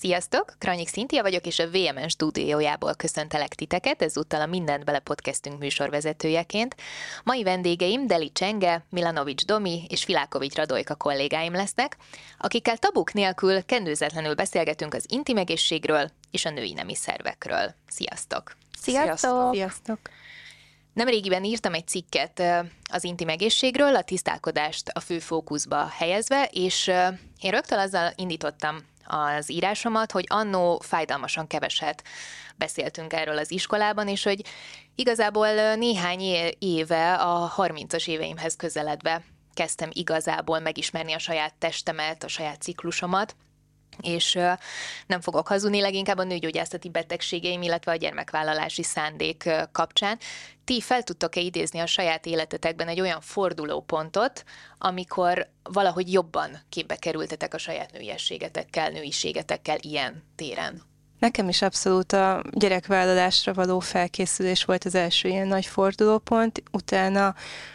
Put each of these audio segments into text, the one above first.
Sziasztok! Kranyik Szintia vagyok, és a VMN stúdiójából köszöntelek titeket, ezúttal a Mindent Bele podcastünk műsorvezetőjeként. Mai vendégeim Deli Csenge, Milanovics Domi és Filákovics Radojka kollégáim lesznek, akikkel tabuk nélkül kendőzetlenül beszélgetünk az intim egészségről és a női nemi szervekről. Sziasztok! Sziasztok! Sziasztok! Nemrégiben írtam egy cikket az intim egészségről, a tisztálkodást a fő fókuszba helyezve, és én rögtön azzal indítottam az írásomat, hogy annó fájdalmasan keveset beszéltünk erről az iskolában, és hogy igazából néhány éve, a 30-as éveimhez közeledve kezdtem igazából megismerni a saját testemet, a saját ciklusomat, és nem fogok hazudni, leginkább a nőgyógyászati betegségeim, illetve a gyermekvállalási szándék kapcsán. Ti fel tudtok-e idézni a saját életetekben egy olyan fordulópontot, amikor valahogy jobban képbe kerültetek a saját nőiességetekkel, nőiségetekkel ilyen téren? Nekem is abszolút a gyerekvállalásra való felkészülés volt az első ilyen nagy fordulópont, utána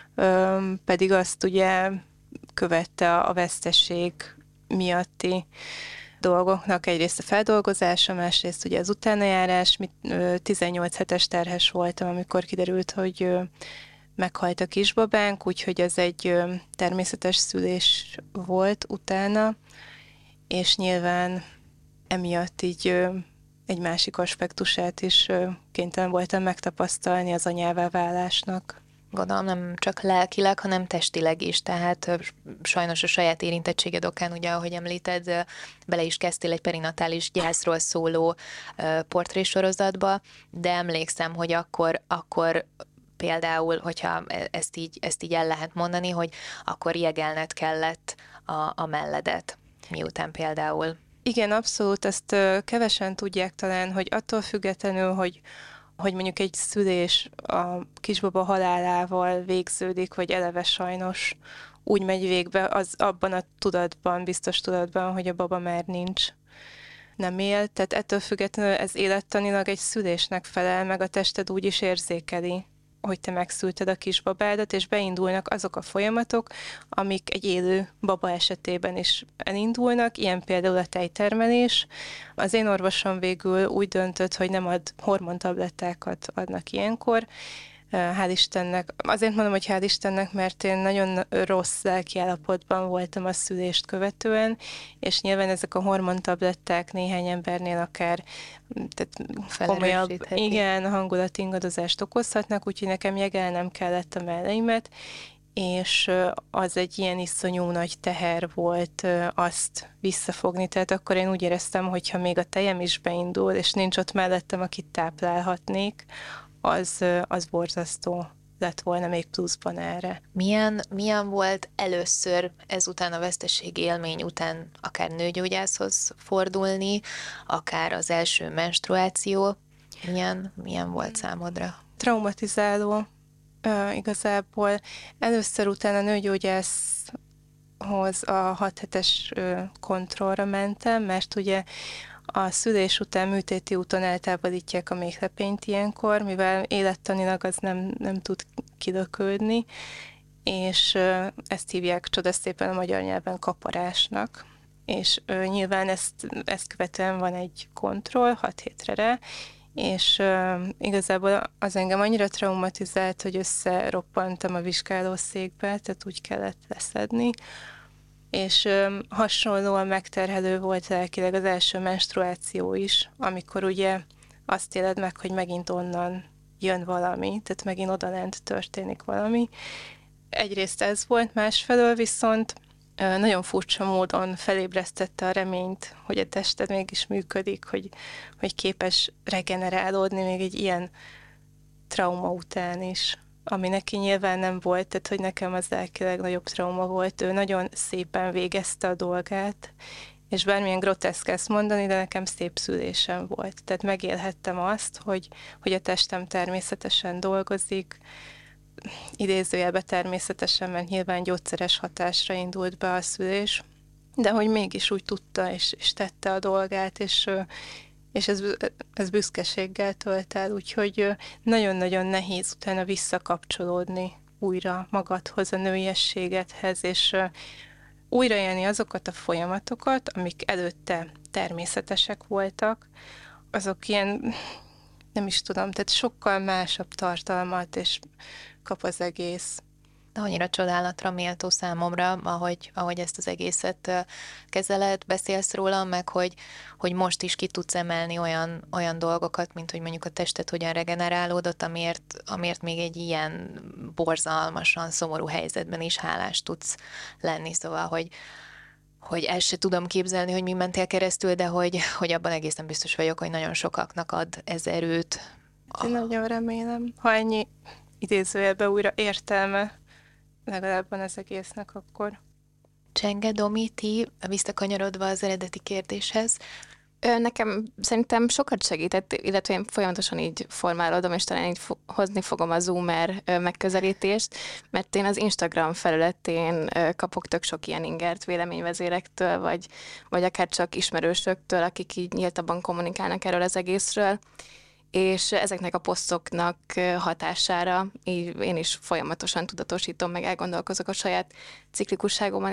pedig azt ugye követte a veszteség miatti dolgoknak egyrészt a feldolgozása, másrészt ugye az utánajárás. 18 hetes terhes voltam, amikor kiderült, hogy meghalt a kisbabánk, úgyhogy ez egy természetes szülés volt utána, és nyilván emiatt így egy másik aspektusát is kénytelen voltam megtapasztalni az anyává válásnak. Gondolom nem csak lelkileg, hanem testileg is, tehát sajnos a saját érintettséged okán, ugye, ahogy említed, bele is kezdtél egy perinatális gyászról szóló portrésorozatba, de emlékszem, hogy akkor például, hogyha ezt így el lehet mondani, hogy akkor jegelned kellett a melledet, miután például. Igen, abszolút, ezt kevesen tudják talán, hogy attól függetlenül, hogy mondjuk egy szülés a kisbaba halálával végződik, vagy eleve sajnos úgy megy végbe, az abban a tudatban, biztos tudatban, hogy a baba már nincs, nem él. Tehát ettől függetlenül ez élettanilag egy szülésnek felel, meg a tested úgy is érzékeli, hogy te megszülted a kisbabádat, és beindulnak azok a folyamatok, amik egy élő baba esetében is elindulnak, ilyen például a tejtermelés. Az én orvosom végül úgy döntött, hogy nem ad hormontablettákat adnak ilyenkor. Hál' Istennek. Azért mondom, hogy hál' Istennek, mert én nagyon rossz lelkiállapotban voltam a szülést követően, és nyilván ezek a hormontabletták néhány embernél akár komolyabb, igen, hangulatingadozást okozhatnak, úgyhogy nekem jegelnem kellett a melleimet, és az egy ilyen iszonyú nagy teher volt azt visszafogni. Tehát akkor én úgy éreztem, hogyha még a tejem is beindul, és nincs ott mellettem, akit táplálhatnék, az borzasztó lett volna még pluszban erre. Milyen volt először ezután a veszteség élmény után akár nőgyógyászhoz fordulni, akár az első menstruáció? Milyen volt számodra? Traumatizáló igazából. Először utána nőgyógyászhoz a 6 hetes kontrollra mentem, mert ugye a szülés után műtéti úton eltávolítják a méhlepényt ilyenkor, mivel élettanilag az nem tud kilökődni, és ezt hívják csodaszépen a magyar nyelven kaparásnak. És nyilván ezt követően van egy kontroll 6 hétre rá, és igazából az engem annyira traumatizált, hogy összeroppantam a vizsgálószékbe, tehát úgy kellett leszedni, és hasonlóan megterhelő volt lelkileg az első menstruáció is, amikor ugye azt éled meg, hogy megint onnan jön valami, tehát megint odalent történik valami. Egyrészt ez volt, másfelől viszont nagyon furcsa módon felébresztette a reményt, hogy a tested mégis működik, hogy képes regenerálódni még egy ilyen trauma után is, ami neki nyilván nem volt, tehát hogy nekem az lelkileg nagyobb trauma volt. Ő nagyon szépen végezte a dolgát, és bármilyen groteszk ezt mondani, de nekem szép szülésem volt. Tehát megélhettem azt, hogy a testem természetesen dolgozik, idézőjelbe természetesen, mert nyilván gyógyszeres hatásra indult be a szülés, de hogy mégis úgy tudta és tette a dolgát, és ez büszkeséggel tölt el, úgyhogy nagyon-nagyon nehéz utána visszakapcsolódni újra magadhoz, a nőiességedhez, és újraélni azokat a folyamatokat, amik előtte természetesek voltak, azok ilyen, nem is tudom, tehát sokkal másabb tartalmat és kap az egész. De annyira csodálatra méltó számomra, ahogy ezt az egészet kezeled, beszélsz róla, meg hogy most is ki tudsz emelni olyan dolgokat, mint hogy mondjuk a tested hogyan regenerálódott, amiért még egy ilyen borzalmasan szomorú helyzetben is hálás tudsz lenni. Szóval, hogy ezt se tudom képzelni, hogy mi mentél keresztül, de hogy abban egészen biztos vagyok, hogy nagyon sokaknak ad ez erőt. Én nagyon remélem, ha ennyi idézőjelben újra értelme legalább van az egésznek, akkor. Csenge, Domi, ti visszakanyarodva az eredeti kérdéshez. Nekem szerintem sokat segített, illetve én folyamatosan így formálódom, és talán így hozni fogom a zoomer megközelítést, mert én az Instagram felületén kapok tök sok ilyen ingert véleményvezérektől, vagy akár csak ismerősöktől, akik így nyíltabban kommunikálnak erről az egészről, és ezeknek a posztoknak hatására én is folyamatosan tudatosítom, meg elgondolkozok a saját ciklikusságomon,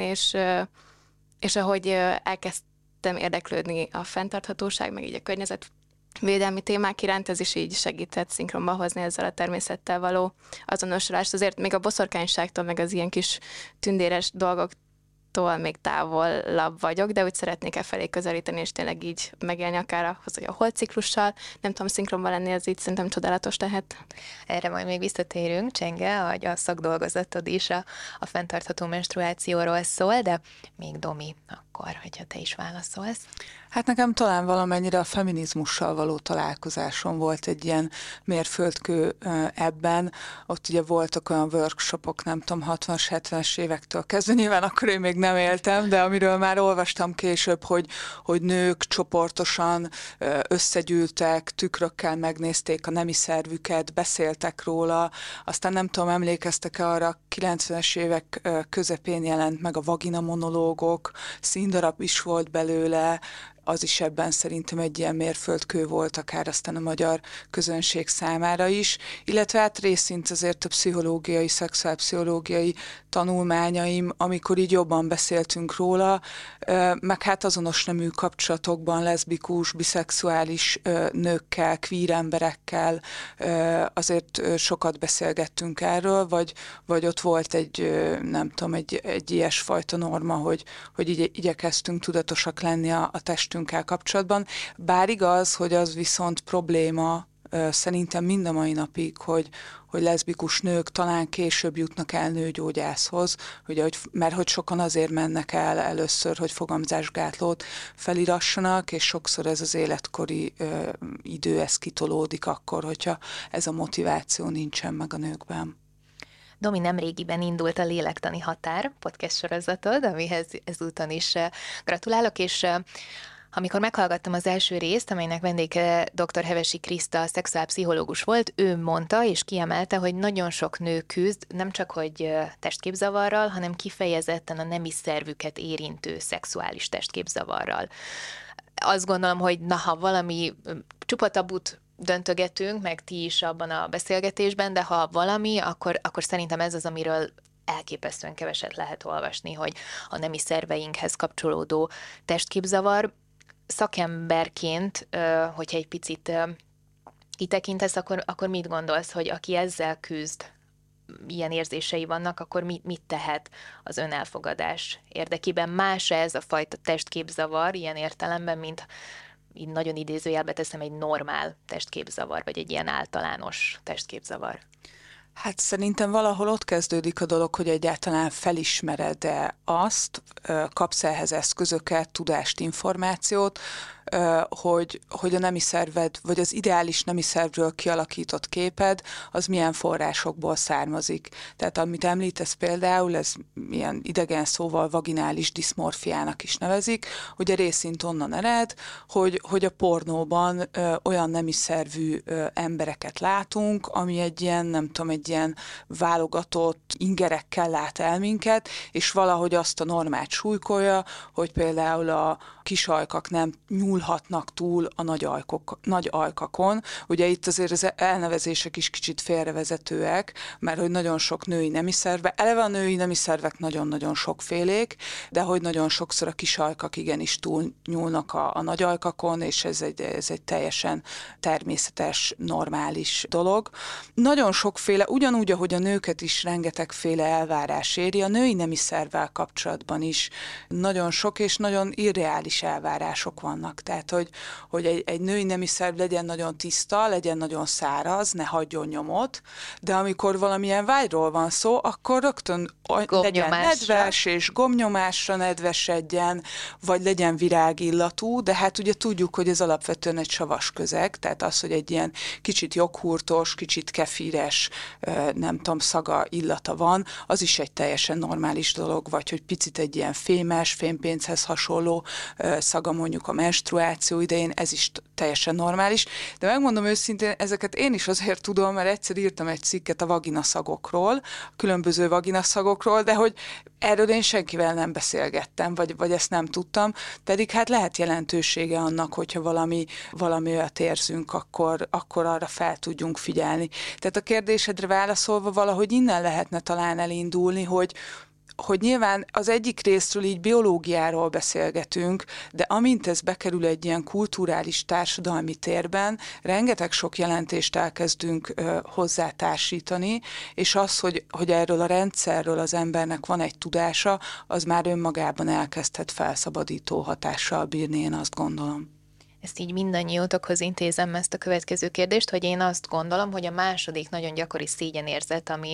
és ahogy elkezdtem érdeklődni a fenntarthatóság, meg így a környezetvédelmi témák iránt, ez is így segített szinkronba hozni ezzel a természettel való azonosulást. Azért még a boszorkányságtól, meg az ilyen kis tündéres dolgoktól még távolabb vagyok, de úgy szeretnék felé közelíteni, és tényleg így megélni akár ahhoz, hogy a holtciklussal, nem tudom, szinkronban lenni, az így szerintem csodálatos lehet. Erre majd még visszatérünk, Csenge, hogy a szakdolgozatod is a fenntartható menstruációról szól, de még Domi, akkor, hogyha te is válaszolsz. Hát nekem talán valamennyire a feminizmussal való találkozásom volt egy ilyen mérföldkő ebben. Ott ugye voltak olyan workshopok, nem tudom, 60-as, 70-es évektől kezdve, nyilván akkor én még nem éltem, de amiről már olvastam később, hogy nők csoportosan összegyűltek, tükrökkel megnézték a nemi szervüket, beszéltek róla, aztán nem tudom, emlékeztek-e arra, 90-es évek közepén jelent meg a vagina monológok, színdarab is volt belőle, az is ebben szerintem egy ilyen mérföldkő volt, akár aztán a magyar közönség számára is, illetve hát részint azért a pszichológiai, szexuálpszichológiai tanulmányaim, amikor így jobban beszéltünk róla, meg hát azonos nemű kapcsolatokban, leszbikus, biszexuális nőkkel, queer emberekkel azért sokat beszélgettünk erről, vagy ott volt egy, nem tudom, egy ilyesfajta norma, hogy így igyekeztünk tudatosak lenni a testünkkel kapcsolatban. Bár igaz, hogy az viszont probléma szerintem mind a mai napig, hogy leszbikus nők talán később jutnak el nőgyógyászhoz, mert hogy sokan azért mennek el először, hogy fogamzásgátlót felirassanak, és sokszor ez az életkori idő, ez kitolódik akkor, hogyha ez a motiváció nincsen meg a nőkben. Domi, nemrégiben indult a Lélektani Határ podcast sorozatod, amihez ezúton is gratulálok, és amikor meghallgattam az első részt, amelynek vendége dr. Hevesi Kriszta, szexuálpszichológus volt, ő mondta és kiemelte, hogy nagyon sok nő küzd, nem csak hogy testképzavarral, hanem kifejezetten a nemi szervüket érintő szexuális testképzavarral. Azt gondolom, hogy ha valami csupa tabut döntögetünk, meg ti is abban a beszélgetésben, de ha valami, akkor szerintem ez az, amiről elképesztően keveset lehet olvasni, hogy a nemi szerveinkhez kapcsolódó testképzavar. Szakemberként, hogyha egy picit kitekintesz, akkor mit gondolsz, hogy aki ezzel küzd, ilyen érzései vannak, akkor mit tehet az önelfogadás érdekében? Más ez a fajta testképzavar ilyen értelemben, mint így nagyon idézőjelbe teszem, egy normál testképzavar, vagy egy ilyen általános testképzavar? Hát szerintem valahol ott kezdődik a dolog, hogy egyáltalán felismered-e azt, kapsz ehhez eszközöket, tudást, információt, hogy a nemi szerved, vagy az ideális nemi szervről kialakított képed, az milyen forrásokból származik. Tehát amit említesz például, ez ilyen idegen szóval vaginális diszmorfiának is nevezik, hogy a részint onnan ered, hogy a pornóban olyan nemi szervű embereket látunk, ami egy ilyen, nem tudom, egy ilyen válogatott ingerekkel lát el minket, és valahogy azt a normát súlykolja, hogy például a kisajkak nem nyúlhatnak nyúlhatnak túl a nagy ajkakon. Ugye itt azért az elnevezések is kicsit félrevezetőek, mert hogy nagyon sok női nemi szerve, eleve a női nemi szervek nagyon-nagyon sokfélék, de hogy nagyon sokszor a kis ajkak igenis túl nyúlnak a nagy ajkakon, és ez egy teljesen természetes, normális dolog. Nagyon sokféle, ugyanúgy, ahogy a nőket is rengetegféle elvárás éri, a női nemi szervvel kapcsolatban is nagyon sok és nagyon irreális elvárások vannak. Tehát, hogy egy női nemi szerv legyen nagyon tiszta, legyen nagyon száraz, ne hagyjon nyomot, de amikor valamilyen vágyról van szó, akkor rögtön legyen nedves, és gombnyomásra nedvesedjen, vagy legyen virágillatú, de hát ugye tudjuk, hogy ez alapvetően egy savas közeg, tehát az, hogy egy ilyen kicsit joghurtos, kicsit kefíres, nem tudom, szaga, illata van, az is egy teljesen normális dolog, vagy hogy picit egy ilyen fémes, fémpénzhez hasonló szaga mondjuk a menstruáció idején, ez is teljesen normális. De megmondom őszintén, ezeket én is azért tudom, mert egyszer írtam egy cikket a vaginaszagokról, a különböző vaginaszagokról, de hogy erről én senkivel nem beszélgettem, vagy ezt nem tudtam, pedig hát lehet jelentősége annak, hogyha valami olyat érzünk, akkor arra fel tudjunk figyelni. Tehát a kérdésedre válaszolva valahogy innen lehetne talán elindulni, hogy nyilván az egyik részről így biológiáról beszélgetünk, de amint ez bekerül egy ilyen kulturális társadalmi térben, rengeteg sok jelentést elkezdünk hozzátársítani, és az, hogy erről a rendszerről az embernek van egy tudása, az már önmagában elkezdhet felszabadító hatással bírni, én azt gondolom. Ezt így mindannyiótokhoz intézem ezt a következő kérdést, hogy én azt gondolom, hogy a második nagyon gyakori szégyenérzet, ami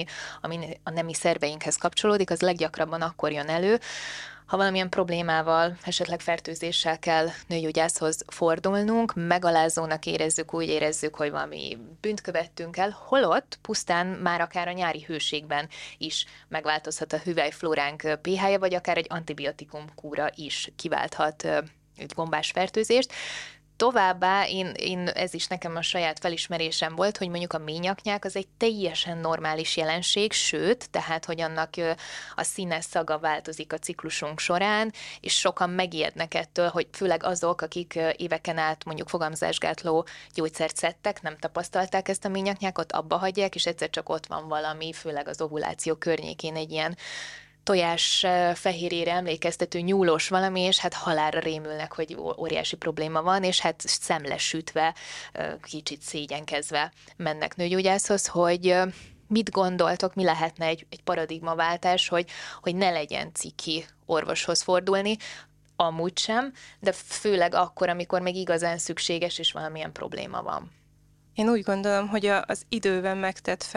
a nemi szerveinkhez kapcsolódik, az leggyakrabban akkor jön elő, ha valamilyen problémával, esetleg fertőzéssel kell nőgyógyászhoz fordulnunk, megalázónak érezzük, úgy érezzük, hogy valami bűnt követtünk el, holott pusztán már akár a nyári hőségben is megváltozhat a hüvelyflóránk pH-ja, vagy akár egy antibiotikum kúra is kiválthat egy gombás fertőzést. Továbbá ez is nekem a saját felismerésem volt, hogy mondjuk a ményaknyák az egy teljesen normális jelenség, sőt, tehát, hogy annak a színe, szaga változik a ciklusunk során, és sokan megijednek ettől, hogy főleg azok, akik éveken át mondjuk fogamzásgátló gyógyszert szedtek, nem tapasztalták ezt a ményaknyákot, abba hagyják, és egyszer csak ott van valami, főleg az ovuláció környékén egy ilyen tojás fehérjére emlékeztető nyúlós valami, és hát halálra rémülnek, hogy óriási probléma van, és hát szemlesütve, kicsit szégyenkezve mennek nőgyógyászhoz, hogy mit gondoltok, mi lehetne egy paradigmaváltás, hogy ne legyen ciki orvoshoz fordulni, amúgy sem, de főleg akkor, amikor még igazán szükséges, és valamilyen probléma van. Én úgy gondolom, hogy az időben megtett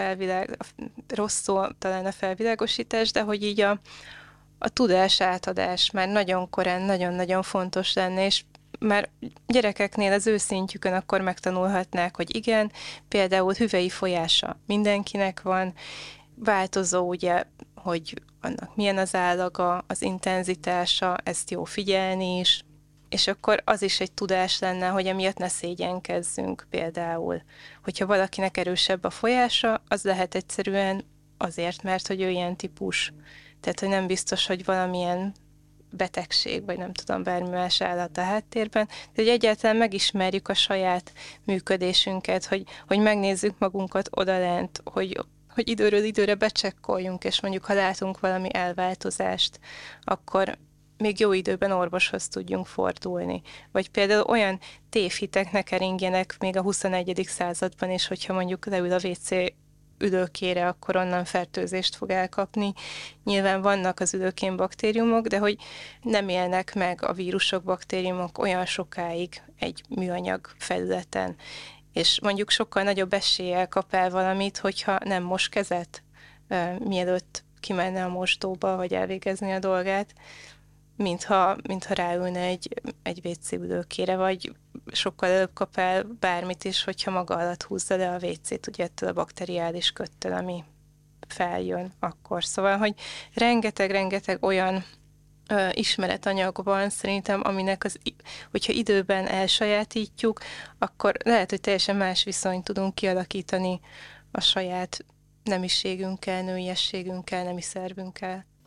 rossz szó talán a felvilágosítás, de hogy így a tudás átadás már nagyon korán nagyon-nagyon fontos lenne, és már gyerekeknél az őszintjükön akkor megtanulhatnák, hogy igen, például hüvei folyása mindenkinek van, változó ugye, hogy annak milyen az állaga, az intenzitása, ezt jó figyelni is, és akkor az is egy tudás lenne, hogy emiatt ne szégyenkezzünk például. Hogyha valakinek erősebb a folyása, az lehet egyszerűen azért, mert hogy ő ilyen típus. Tehát, hogy nem biztos, hogy valamilyen betegség, vagy nem tudom, bármi más állat a háttérben, de hogy egyáltalán megismerjük a saját működésünket, hogy megnézzük magunkat odalent, hogy időről időre becsekkoljunk, és mondjuk, ha látunk valami elváltozást, akkor még jó időben orvoshoz tudjunk fordulni. Vagy például olyan tévhitek ne keringjenek még a 21. században is, hogyha mondjuk leül a WC ülőkére, akkor onnan fertőzést fog elkapni. Nyilván vannak az ülőkén baktériumok, de hogy nem élnek meg a vírusok, baktériumok olyan sokáig egy műanyag felületen. És mondjuk sokkal nagyobb eséllyel kap el valamit, hogyha nem mos kezet, mielőtt kimenne a mosdóba, vagy elvégezni a dolgát, mintha ráülne egy WC ülőkére, vagy sokkal előbb kap el bármit is, hogyha maga alatt húzza le a WC-t, ugye ettől a bakteriális köttől, ami feljön akkor. Szóval, hogy rengeteg olyan ismeretanyag van szerintem, aminek hogyha időben elsajátítjuk, akkor lehet, hogy teljesen más viszonyt tudunk kialakítani a saját nemiségünkkel, nőiességünkkel, nemi szervünkkel.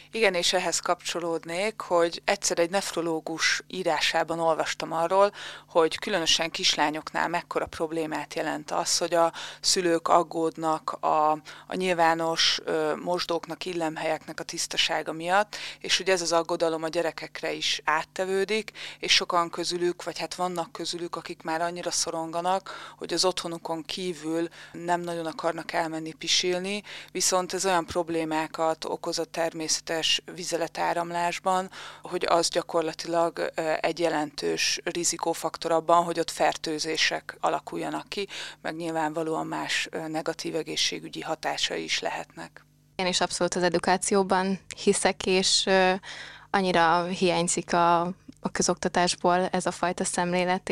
Igen, és ehhez kapcsolódnék, hogy egyszer egy nefrológus írásában olvastam arról, hogy különösen kislányoknál mekkora problémát jelent az, hogy a szülők aggódnak a nyilvános mosdóknak, illemhelyeknek a tisztasága miatt, és hogy ez az aggodalom a gyerekekre is áttevődik, és sokan közülük, vagy hát vannak közülük, akik már annyira szoronganak, hogy az otthonukon kívül nem nagyon akarnak elmenni pisilni, viszont ez olyan problémákat okoz a természetes vizeletáramlásban, hogy az gyakorlatilag egy jelentős rizikófaktor abban, hogy ott fertőzések alakuljanak ki, meg nyilvánvalóan más negatív egészségügyi hatásai is lehetnek. Én is abszolút az edukációban hiszek, és annyira hiányzik a közoktatásból ez a fajta szemlélet,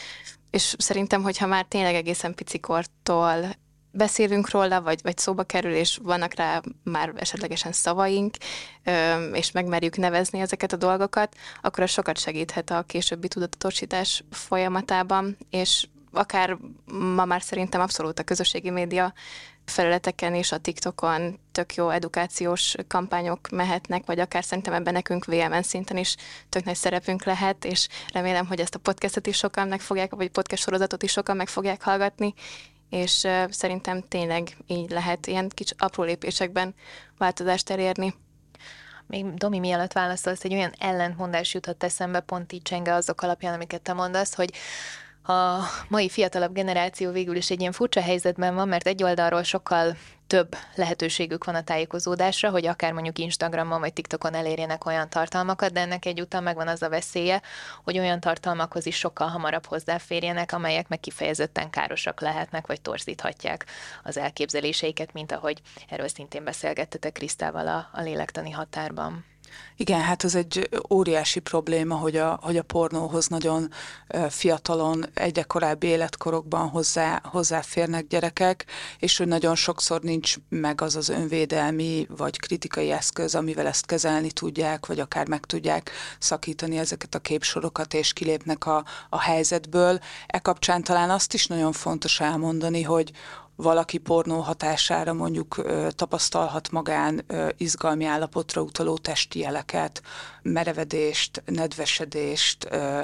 és szerintem, hogyha már tényleg egészen picikortól beszélünk róla, vagy szóba kerül, és vannak rá már esetlegesen szavaink, és megmerjük nevezni ezeket a dolgokat, akkor az sokat segíthet a későbbi tudatosítás folyamatában, és akár ma már szerintem abszolút a közösségi média felületeken és a TikTokon tök jó edukációs kampányok mehetnek, vagy akár szerintem ebben nekünk VMN szinten is tök nagy szerepünk lehet, és remélem, hogy ezt a podcastot is sokan meg fogják, vagy podcast sorozatot is sokan meg fogják hallgatni, és szerintem tényleg így lehet ilyen kicsi apró lépésekben változást elérni. Még Domi, mielőtt válaszolsz, egy olyan ellentmondás jutott eszembe, pont így csenge azok alapján, amiket te mondasz, hogy a mai fiatalabb generáció végül is egy ilyen furcsa helyzetben van, mert egy oldalról sokkal több lehetőségük van a tájékozódásra, hogy akár mondjuk Instagramon vagy TikTokon elérjenek olyan tartalmakat, de ennek egyúttal megvan az a veszélye, hogy olyan tartalmakhoz is sokkal hamarabb hozzáférjenek, amelyek meg kifejezetten károsak lehetnek, vagy torzíthatják az elképzeléseiket, mint ahogy erről szintén beszélgettetek Krisztával a lélektani határban. Igen, hát ez egy óriási probléma, hogy a pornóhoz nagyon fiatalon, egyre korábbi életkorokban hozzáférnek gyerekek, és hogy nagyon sokszor nincs meg az önvédelmi vagy kritikai eszköz, amivel ezt kezelni tudják, vagy akár meg tudják szakítani ezeket a képsorokat, és kilépnek a helyzetből. Kapcsán talán azt is nagyon fontos elmondani, hogy valaki pornó hatására mondjuk tapasztalhat magán izgalmi állapotra utaló testi jeleket, merevedést, nedvesedést,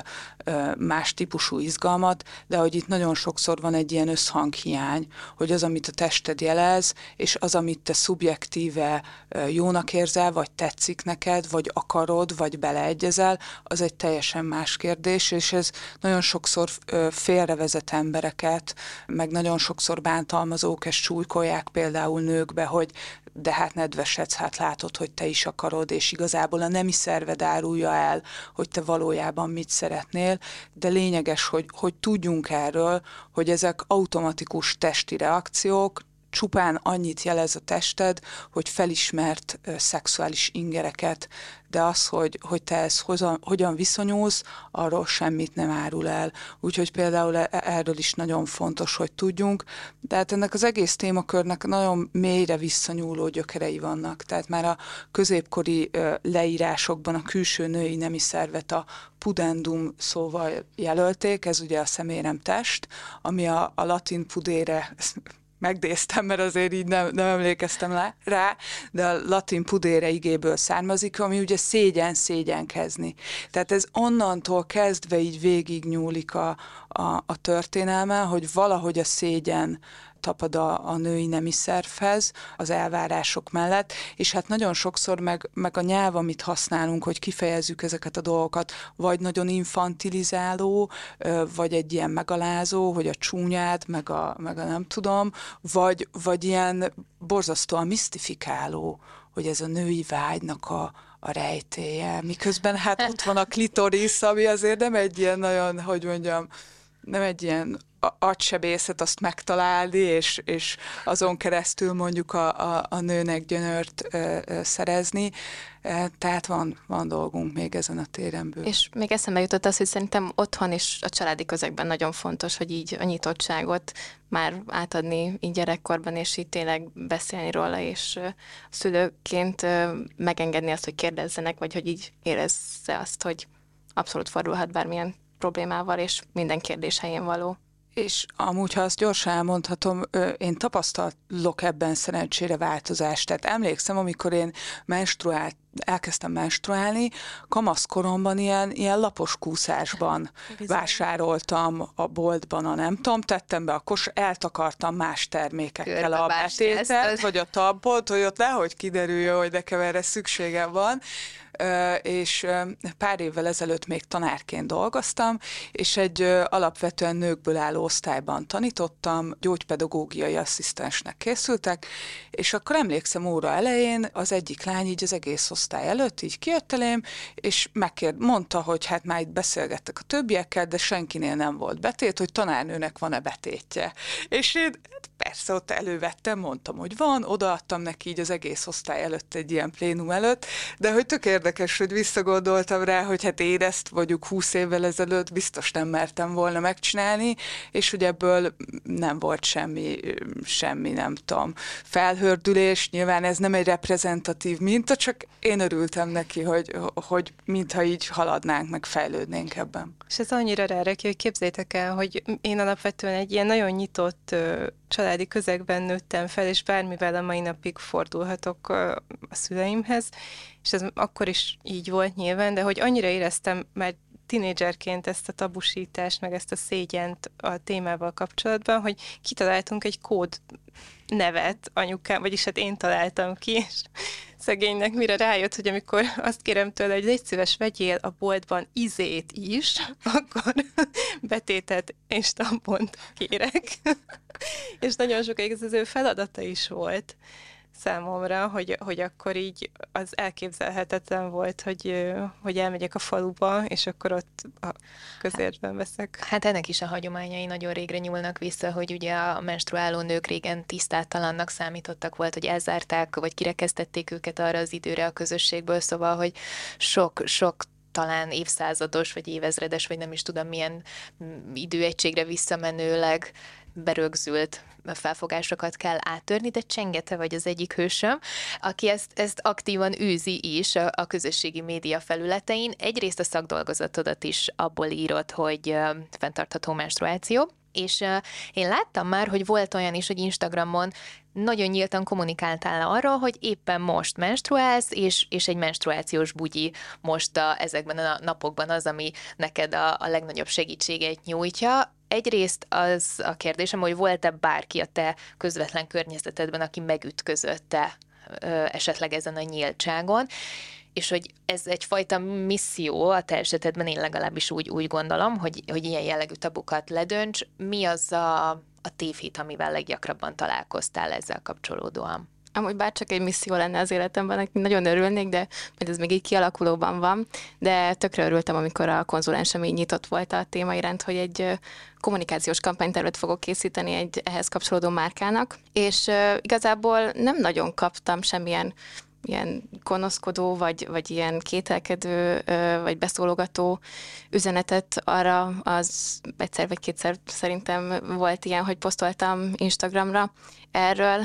más típusú izgalmat, de hogy itt nagyon sokszor van egy ilyen összhanghiány, hogy az, amit a tested jelez, és az, amit te szubjektíve jónak érzel, vagy tetszik neked, vagy akarod, vagy beleegyezel, az egy teljesen más kérdés, és ez nagyon sokszor félrevezet embereket, meg nagyon sokszor bántalmazók ezt súlykolják például nőkbe, hogy de hát nedvesedsz, hát látod, hogy te is akarod, és igazából a nemi szerved árulja el, hogy te valójában mit szeretnél, de lényeges, hogy tudjunk erről, hogy ezek automatikus testi reakciók, csupán annyit jelez a tested, hogy felismert szexuális ingereket, de az, hogy te ezt hogyan viszonyulsz, arról semmit nem árul el. Úgyhogy például erről is nagyon fontos, hogy tudjunk. De hát ennek az egész témakörnek nagyon mélyre visszanyúló gyökerei vannak. Tehát már a középkori leírásokban a külső női nemi szervet a pudendum szóval jelölték, ez ugye a szeméremtest, ami a latin pudere, megnéztem, mert azért így nem emlékeztem rá, de a latin pudere igéből származik, ami ugye szégyenkezni. Tehát ez onnantól kezdve így végignyúlik a történelme, hogy valahogy a szégyen tapad a női nemi szervhez az elvárások mellett, és hát nagyon sokszor meg a nyelv, amit használunk, hogy kifejezzük ezeket a dolgokat, vagy nagyon infantilizáló, vagy egy ilyen megalázó, hogy a csúnyád, meg a nem tudom, vagy ilyen borzasztóan misztifikáló, hogy ez a női vágynak a rejtélye. Miközben hát ott van a klitoris, ami azért nem egy ilyen nagyon, hogy mondjam, nem egy ilyen agysebészet azt megtalálni, és azon keresztül mondjuk a nőnek gyönyört szerezni. Tehát van dolgunk még ezen a téren bőven. És még eszembe jutott az, hogy szerintem otthon és a családi közegben nagyon fontos, hogy így a nyitottságot már átadni így gyerekkorban, és így tényleg beszélni róla, és szülőként megengedni azt, hogy kérdezzenek, vagy hogy így érezze azt, hogy abszolút fordulhat bármilyen problémával, és minden kérdés helyén való. És amúgy, ha azt gyorsan elmondhatom, én tapasztalok ebben szerencsére változást. Tehát emlékszem, amikor én elkezdtem menstruálni, kamaszkoromban ilyen lapos kúszásban vásároltam a boltban, nem tudom, tettem be eltakartam más termékekkel a betétet, vagy a tampont, hogy ott nehogy kiderüljön, hogy nekem erre szükségem van. És pár évvel ezelőtt még tanárként dolgoztam, és egy alapvetően nőkből álló osztályban tanítottam, gyógypedagógiai asszisztensnek készültek, és akkor emlékszem, óra elején az egyik lány így az egész osztály előtt így kijött elém, és mondta, hogy hát már itt beszélgettek a többiekkel, de senkinél nem volt betét, hogy tanárnőnek van-e betétje. És én persze ott elővettem, mondtam, hogy van, odaadtam neki így az egész osztály előtt egy ilyen plénum előtt, de hogy tök érdekes, hogy visszagondoltam rá, hogy hát én ezt mondjuk 20 évvel ezelőtt biztos nem mertem volna megcsinálni, és hogy ebből nem volt semmi nem tudom, felhördülés, nyilván ez nem egy reprezentatív minta, csak én örültem neki, hogy mintha így haladnánk, meg fejlődnénk ebben. És ez annyira rárakja, hogy képzeljétek el, hogy én alapvetően egy ilyen nagyon nyitott családi közegben nőttem fel, és bármivel a mai napig fordulhatok a szüleimhez, és ez akkor is így volt nyilván, de hogy annyira éreztem már tinédzserként ezt a tabusítást, meg ezt a szégyent a témával kapcsolatban, hogy kitaláltunk egy kód nevet anyukám, vagyis hát én találtam ki, és szegénynek mire rájött, hogy amikor azt kérem tőle, hogy légy szíves, vegyél a boltban izét is, akkor betétet és tampont kérek. És nagyon sokáig ez az ő feladata is volt számomra, hogy akkor így az elképzelhetetlen volt, hogy elmegyek a faluba, és akkor ott a közértben veszek. Hát ennek is a hagyományai nagyon régre nyúlnak vissza, hogy ugye a menstruáló nők régen tisztátalannak számítottak, volt, hogy elzárták, vagy kirekesztették őket arra az időre a közösségből, szóval, hogy sok talán évszázados, vagy évezredes, vagy nem is tudom milyen időegységre visszamenőleg berögzült felfogásokat kell áttörni, de Csenge, te vagy az egyik hősöm, aki ezt aktívan űzi is a közösségi média felületein. Egyrészt a szakdolgozatodat is abból írod, hogy fenntartható menstruáció, és én láttam már, hogy volt olyan is, hogy Instagramon nagyon nyíltan kommunikáltál arról, hogy éppen most menstruálsz, és egy menstruációs bugyi most ezekben a napokban az, ami neked a legnagyobb segítséget nyújtja. Egyrészt az a kérdésem, hogy volt-e bárki a te közvetlen környezetedben, aki megütközötte esetleg ezen a nyíltságon, és hogy ez egyfajta misszió a te esetedben, én legalábbis úgy gondolom, hogy ilyen jellegű tabukat ledönts. Mi az a tévhit, amivel leggyakrabban találkoztál ezzel kapcsolódóan? Amúgy bárcsak egy misszió lenne az életemben, nagyon örülnék, de mert ez még így kialakulóban van, de tökre örültem, amikor a konzulensem így nyitott volt a téma iránt, hogy egy kommunikációs kampánytervet fogok készíteni egy ehhez kapcsolódó márkának, és igazából nem nagyon kaptam semmilyen ilyen gonoszkodó, vagy ilyen kételkedő, vagy beszólogató üzenetet arra, az egyszer vagy kétszer szerintem volt ilyen, hogy posztoltam Instagramra erről,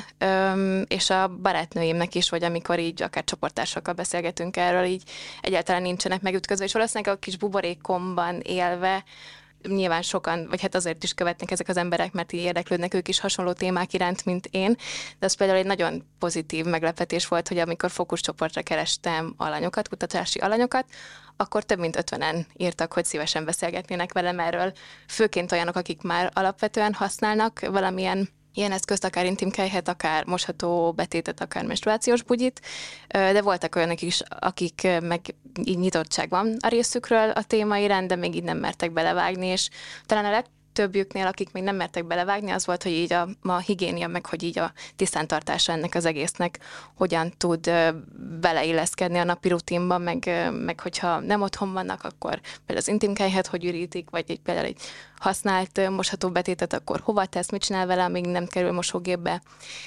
és a barátnőimnek is, vagy amikor így akár csoporttársakkal beszélgetünk erről, így egyáltalán nincsenek megütközve, és valószínűleg a kis buborékomban élve nyilván sokan, vagy hát azért is követnek ezek az emberek, mert így érdeklődnek ők is hasonló témák iránt, mint én, de az például egy nagyon pozitív meglepetés volt, hogy amikor fókuszcsoportra kerestem alanyokat, kutatási alanyokat, akkor több mint 50-en írtak, hogy szívesen beszélgetnének velem erről, főként olyanok, akik már alapvetően használnak valamilyen ilyen eszközt, akár intimkelyhet, akár mosható betétet, akár menstruációs bugyit, de voltak olyanok is, akik meg így nyitottság van a részükről a téma iránt, de még így nem mertek belevágni, és talán a legtöbbjüknél, akik még nem mertek belevágni, az volt, hogy így a higiénia, meg hogy így a tisztántartása ennek az egésznek hogyan tud beleilleszkedni a napi rutinba, meg hogyha nem otthon vannak, akkor például az intimkelyhet hogy ürítik, vagy például egy használt mosható betétet, akkor hova tesz, mit csinál vele, amíg nem kerül mosógépbe.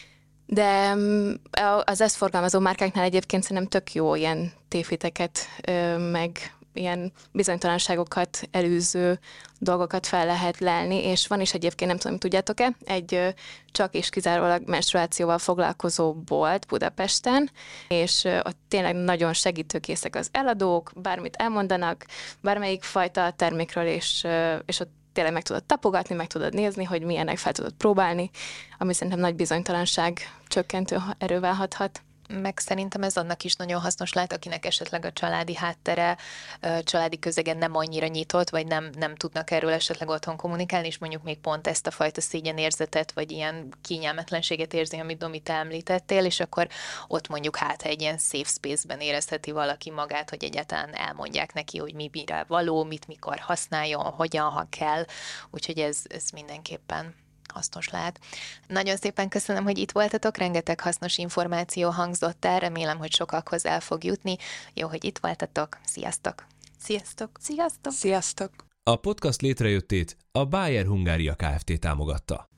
De az ezt forgalmazó márkáknál egyébként szerintem tök jó ilyen tévhiteket, meg ilyen bizonytalanságokat elűző dolgokat fel lehet lelni, és van is egyébként, nem tudom, tudjátok-e, egy csak és kizárólag menstruációval foglalkozó bolt Budapesten, és ott tényleg nagyon segítőkészek az eladók, bármit elmondanak, bármelyik fajta termékről, és ott tényleg meg tudod tapogatni, meg tudod nézni, hogy milyenek, fel tudod próbálni, ami szerintem nagy bizonytalanság csökkentő erővel hathat. Meg szerintem ez annak is nagyon hasznos lehet, akinek esetleg a családi háttere, családi közegen nem annyira nyitott, vagy nem tudnak erről esetleg otthon kommunikálni, és mondjuk még pont ezt a fajta szégyenérzetet, vagy ilyen kényelmetlenséget érzi, amit Domi, te említettél, és akkor ott mondjuk egy ilyen safe space-ben érezheti valaki magát, hogy egyáltalán elmondják neki, hogy mi mire való, mit mikor használjon, hogyan, ha kell, úgyhogy ez mindenképpen hasznos lehet. Nagyon szépen köszönöm, hogy itt voltatok, rengeteg hasznos információ hangzott el, remélem, hogy sokakhoz el fog jutni. Jó, hogy itt voltatok. Sziasztok! Sziasztok! Sziasztok! Sziasztok! A podcast létrejöttét a Bayer Hungária Kft. Támogatta.